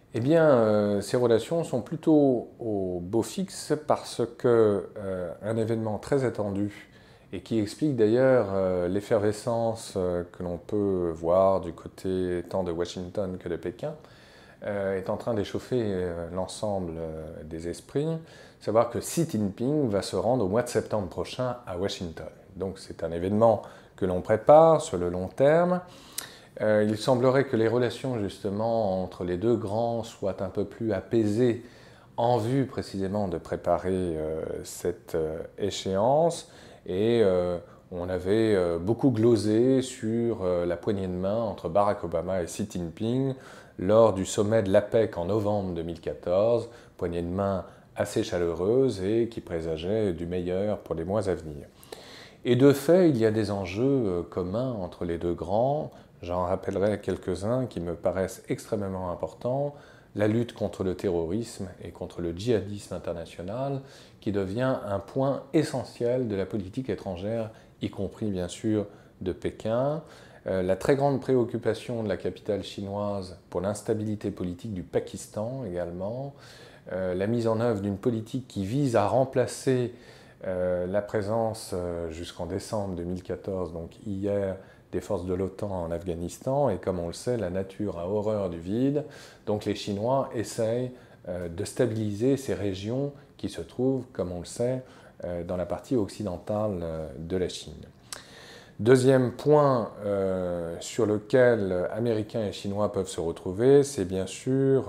Eh bien, ces relations sont plutôt au beau fixe parce que un événement très attendu et qui explique d'ailleurs l'effervescence que l'on peut voir du côté tant de Washington que de Pékin est en train d'échauffer l'ensemble des esprits. Savoir que Xi Jinping va se rendre au mois de septembre prochain à Washington. Donc c'est un événement que l'on prépare sur le long terme. Il semblerait que les relations justement entre les deux grands soient un peu plus apaisées en vue précisément de préparer cette échéance. Et on avait beaucoup glosé sur la poignée de main entre Barack Obama et Xi Jinping lors du sommet de l'APEC en novembre 2014, poignée de main assez chaleureuse et qui présageait du meilleur pour les mois à venir. Et de fait, il y a des enjeux communs entre les deux grands. J'en rappellerai quelques-uns qui me paraissent extrêmement importants. La lutte contre le terrorisme et contre le djihadisme international, qui devient un point essentiel de la politique étrangère, y compris bien sûr de Pékin. La très grande préoccupation de la capitale chinoise pour l'instabilité politique du Pakistan également. La mise en œuvre d'une politique qui vise à remplacer la présence jusqu'en décembre 2014, donc hier, des forces de l'OTAN en Afghanistan, et comme on le sait, la nature a horreur du vide, donc les Chinois essayent de stabiliser ces régions qui se trouvent, comme on le sait, dans la partie occidentale de la Chine. Deuxième point sur lequel Américains et Chinois peuvent se retrouver, c'est bien sûr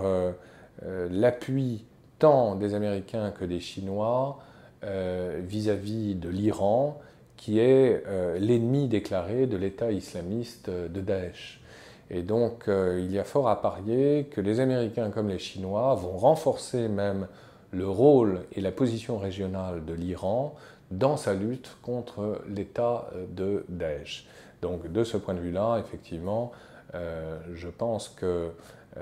l'appui tant des Américains que des Chinois vis-à-vis de l'Iran, qui est l'ennemi déclaré de l'État islamiste de Daesh. Et donc, il y a fort à parier que les Américains comme les Chinois vont renforcer même le rôle et la position régionale de l'Iran dans sa lutte contre l'État de Daesh. Donc, de ce point de vue-là, effectivement, je pense que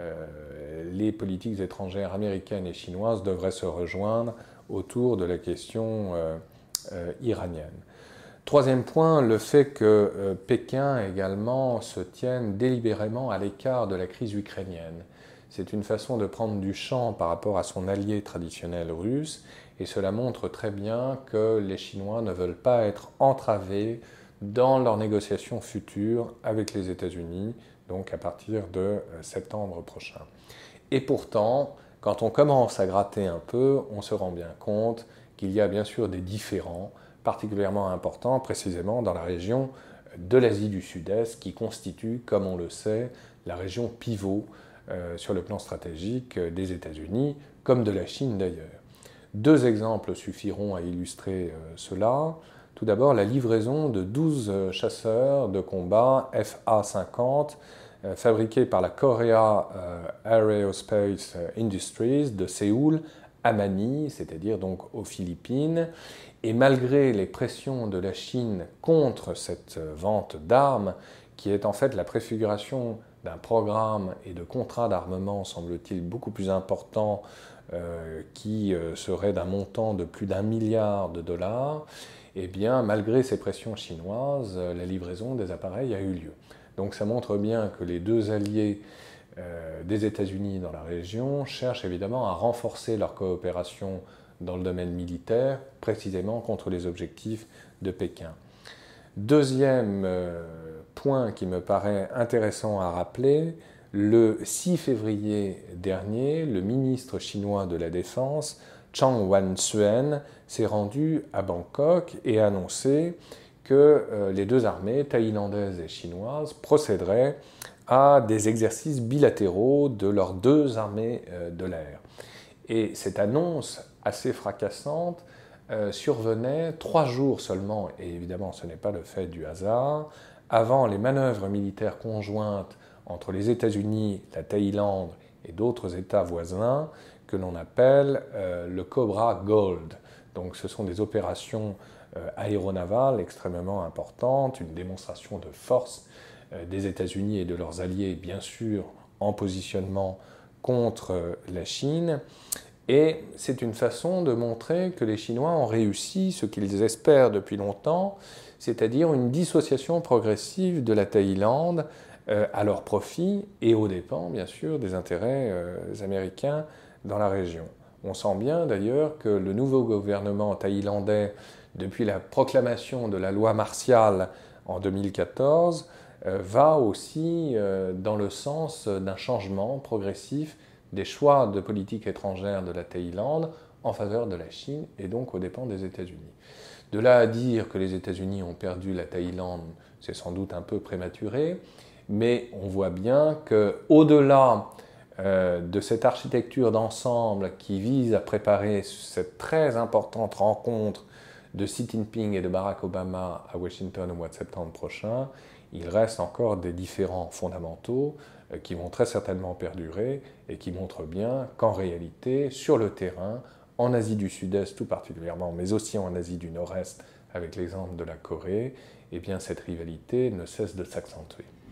les politiques étrangères américaines et chinoises devraient se rejoindre autour de la question iranienne. Troisième point, le fait que Pékin également se tienne délibérément à l'écart de la crise ukrainienne. C'est une façon de prendre du champ par rapport à son allié traditionnel russe, et cela montre très bien que les Chinois ne veulent pas être entravés dans leurs négociations futures avec les États-Unis, donc à partir de septembre prochain. Et pourtant, quand on commence à gratter un peu, on se rend bien compte qu'il y a bien sûr des différends particulièrement importants, précisément dans la région de l'Asie du Sud-Est, qui constitue, comme on le sait, la région pivot sur le plan stratégique des États-Unis, comme de la Chine d'ailleurs. Deux exemples suffiront à illustrer cela. Tout d'abord, la livraison de 12 chasseurs de combat FA-50 fabriqués par la Korea Aerospace Industries de Séoul à Manille, c'est-à-dire donc aux Philippines. Et malgré les pressions de la Chine contre cette vente d'armes, qui est en fait la préfiguration d'un programme et de contrats d'armement, semble-t-il, beaucoup plus important, qui serait d'un montant de plus d'1 milliard de dollars, eh bien, malgré ces pressions chinoises, la livraison des appareils a eu lieu. Donc ça montre bien que les deux alliés des États-Unis dans la région cherchent évidemment à renforcer leur coopération dans le domaine militaire, précisément contre les objectifs de Pékin. Deuxième point qui me paraît intéressant à rappeler, le 6 février dernier, le ministre chinois de la Défense, Chang Wan-Suen, s'est rendu à Bangkok et a annoncé que les deux armées, thaïlandaises et chinoises, procéderaient à des exercices bilatéraux de leurs deux armées de l'air. Et cette annonce assez fracassante survenait 3 jours seulement, et évidemment ce n'est pas le fait du hasard, avant les manœuvres militaires conjointes entre les États-Unis, la Thaïlande et d'autres États voisins que l'on appelle le Cobra Gold. Donc ce sont des opérations aéronavales extrêmement importantes, une démonstration de force des États-Unis et de leurs alliés, bien sûr, en positionnement contre la Chine. Et c'est une façon de montrer que les Chinois ont réussi ce qu'ils espèrent depuis longtemps, c'est-à-dire une dissociation progressive de la Thaïlande à leur profit et aux dépens, bien sûr, des intérêts américains dans la région. On sent bien d'ailleurs que le nouveau gouvernement thaïlandais, depuis la proclamation de la loi martiale en 2014, va aussi dans le sens d'un changement progressif des choix de politique étrangère de la Thaïlande en faveur de la Chine et donc aux dépens des États-Unis. De là à dire que les États-Unis ont perdu la Thaïlande, c'est sans doute un peu prématuré, mais on voit bien qu'au-delà de cette architecture d'ensemble qui vise à préparer cette très importante rencontre de Xi Jinping et de Barack Obama à Washington au mois de septembre prochain, il reste encore des différends fondamentaux qui vont très certainement perdurer et qui montrent bien qu'en réalité, sur le terrain, en Asie du Sud-Est tout particulièrement, mais aussi en Asie du Nord-Est avec l'exemple de la Corée, eh bien cette rivalité ne cesse de s'accentuer.